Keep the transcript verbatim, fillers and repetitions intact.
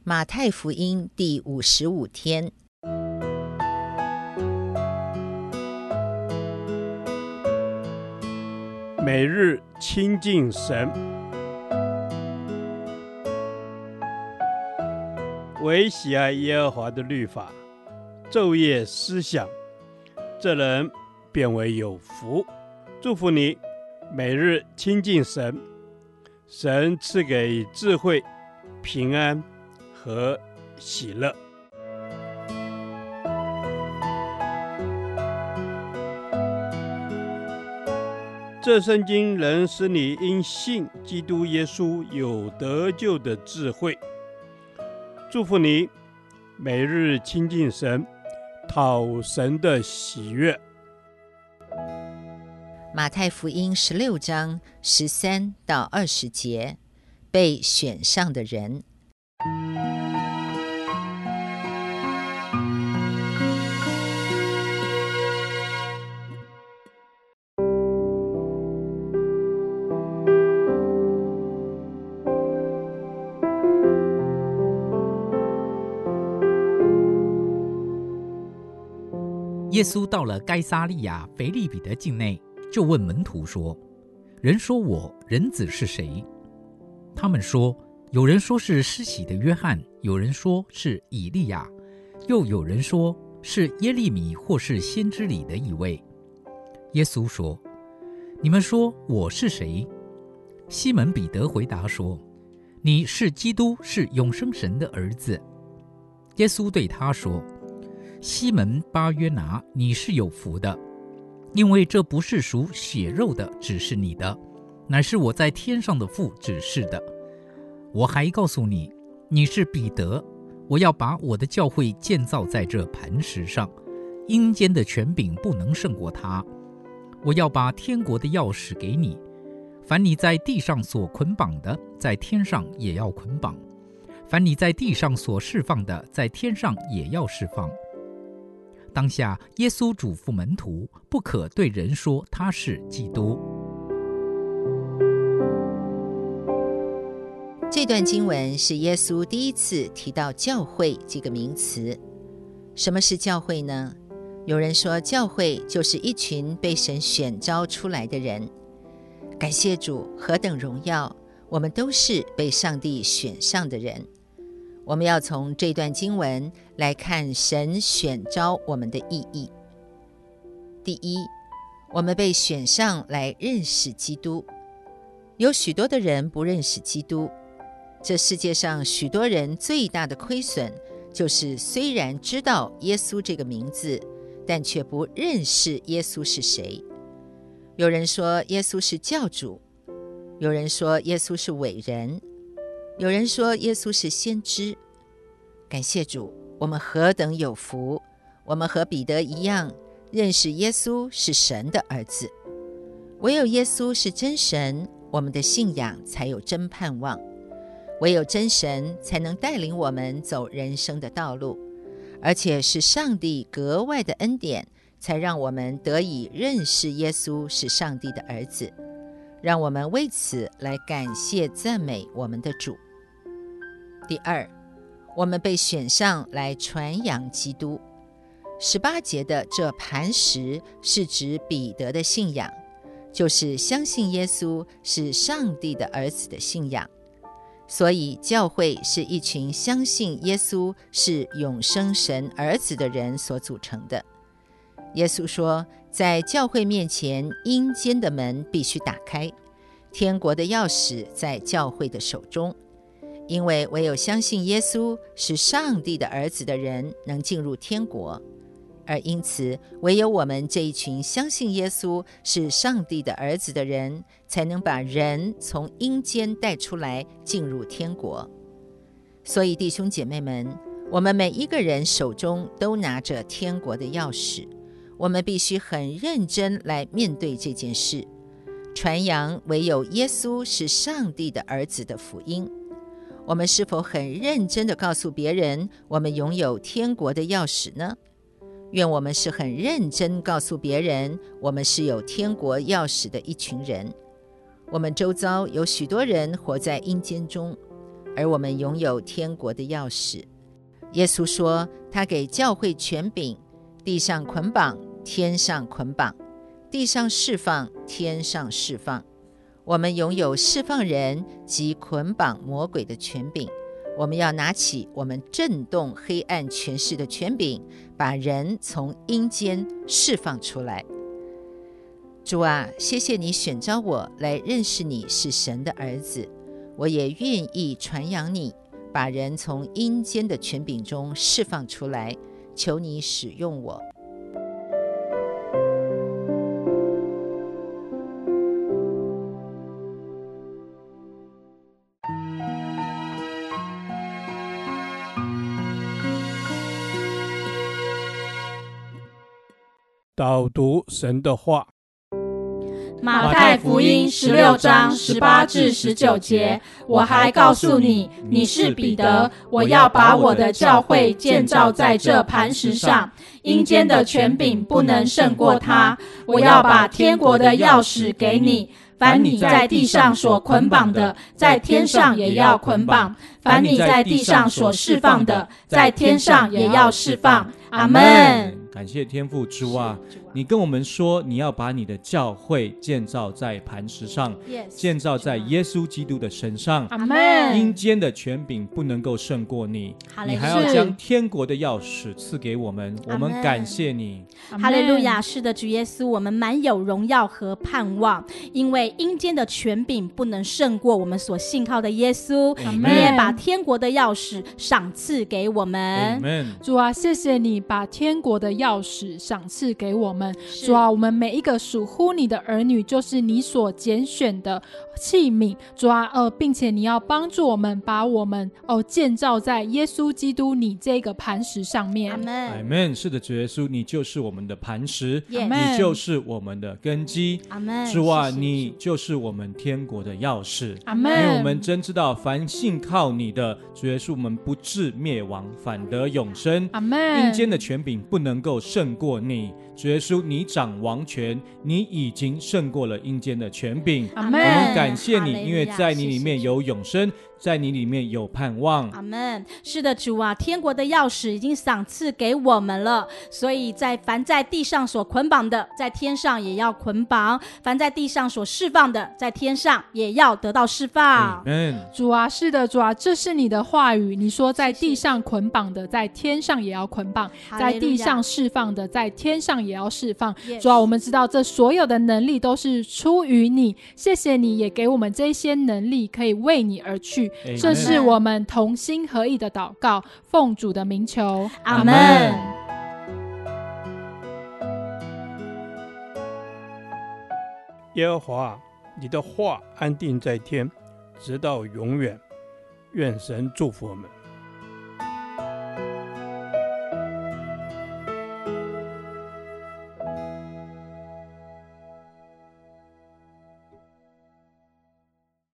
马太福音第五十五天， 每日亲近神，唯喜爱耶和华的律法，昼夜思想，这人便为有福。祝福你，每日亲近神，神赐给智慧、平安和喜乐。这圣经能使你因信基督耶稣有得救的智慧。祝福你，每日亲近神，讨神的喜悦。 马太福音十六章十三到二十节，被选上的人。 耶稣到了该撒利亚腓立比的境内，就问门徒说：人说我人子是谁？他们说，有人说是施洗的约翰，有人说是以利亚，又有人说是耶利米或是先知里的一位。耶稣说：你们说我是谁？西门彼得回答说：你是基督，是永生神的儿子。耶稣对他说：西门巴约拿，你是有福的，因为这不是属血肉的指示你的，乃是我在天上的父指示的。我还告诉你，你是彼得，我要把我的教会建造在这磐石上，阴间的权柄不能胜过它。我要把天国的钥匙给你，凡你在地上所捆绑的，在天上也要捆绑；凡你在地上所释放的，在天上也要释放。当下耶稣嘱咐门徒，不可对人说他是基督。 这段经文是耶稣第一次提到教会这个名词。什么是教会呢？有人说教会就是一群被神选召出来的人。感谢主，何等荣耀，我们都是被上帝选上的人。我们要从这段经文来看神选召我们的意义。第一，我们被选上来认识基督。有许多的人不认识基督，这世界上许多人最大的亏损，就是虽然知道耶稣这个名字，但却不认识耶稣是谁。有人说耶稣是教主，有人说耶稣是伟人，有人说耶稣是先知。感谢主，我们何等有福，我们和彼得一样，认识耶稣是神的儿子。唯有耶稣是真神，我们的信仰才有真盼望。唯有真神才能带领我们走人生的道路，而且是上帝格外的恩典，才让我们得以认识耶稣是上帝的儿子。让我们为此来感谢赞美我们的主。第二，我们被选上来传扬基督。十八节的这磐石是指彼得的信仰，就是相信耶稣是上帝的儿子的信仰。所以教会是一群相信耶稣是永生神儿子的人所组成的。耶稣说，在教会面前，阴间的门必须打开，天国的钥匙在教会的手中。因为唯有相信耶稣是上帝的儿子的人能进入天国，而因此唯有我们这一群相信耶稣是上帝的儿子的人，才能把人从阴间带出来进入天国。所以弟兄姐妹们，我们每一个人手中都拿着天国的钥匙，我们必须很认真来面对这件事，传扬唯有耶稣是上帝的儿子的福音。我们是否很认真地告诉别人我们拥有天国的钥匙呢？愿我们是很认真告诉别人我们是有天国钥匙的一群人。我们周遭有许多人活在阴间中， 而我们拥有天国的钥匙。耶稣说，他给教会权柄，地上捆绑，天上捆绑；地上释放，天上释放。我们拥有释放人及捆绑魔鬼的权柄。我们要拿起我们震动黑暗权势的权柄，把人从阴间释放出来。主啊，谢谢你选召我来认识你是神的儿子，我也愿意传扬你，把人从阴间的权柄中释放出来，求你使用我。 导读神的话。 马太福音十六章十八至十九节，我还告诉你，你是彼得，我要把我的教会建造在这磐石上，阴间的权柄不能胜过它。我要把天国的钥匙给你，凡你在地上所捆绑的，在天上也要捆绑；凡你在地上所释放的，在天上也要释放。阿们。 感谢天父。主啊，你跟我们说，你要把你的教会建造在磐石上， yes, 建造在耶稣基督的身上。 阿们。 阴间的权柄不能够胜过你，你还要将天国的钥匙赐给我们，我们感谢你。 哈利路亚。是的，主耶稣，我们满有荣耀和盼望，因为阴间的权柄不能胜过我们所信靠的耶稣。你也把天国的钥匙赏赐给我们。 主啊，谢谢你把天国的钥匙赏赐给我们。主啊，我们每一个属乎你的儿女，就是你所拣选的器皿。主啊，呃，并且你要帮助我们，把我们哦建造在耶稣基督你这个磐石上面。 阿们。是的，主耶稣，你就是我们的磐石， yes, 你就是我们的根基。 阿们。 主啊，你就是我们天国的钥匙。 阿们。 因为我们真知道，凡信靠你的，主耶稣，我们不至灭亡，反得永生。 阿们。 阴间的权柄不能够胜过你，主耶稣，你掌王权，你已经胜过了阴间的权柄。 阿们。 我们感谢你，因为在你里面有永生，在你里面有盼望。 阿们。是的，主啊，天国的钥匙已经赏赐给我们了，所以在凡在地上所捆绑的，在天上也要捆绑；凡在地上所释放的，在天上也要得到释放。 主啊，是的，主啊，这是你的话语，你说在地上捆绑的，在天上也要捆绑；在地上释放的，在天上也要释放。主啊，我们知道这所有的能力都是出于你，谢谢你也给我们这些能力，可以为你而去。这是我们同心合意的祷告，奉主的名求， 阿们。 耶和华，你的话安定在天，直到永远。愿神祝福我们。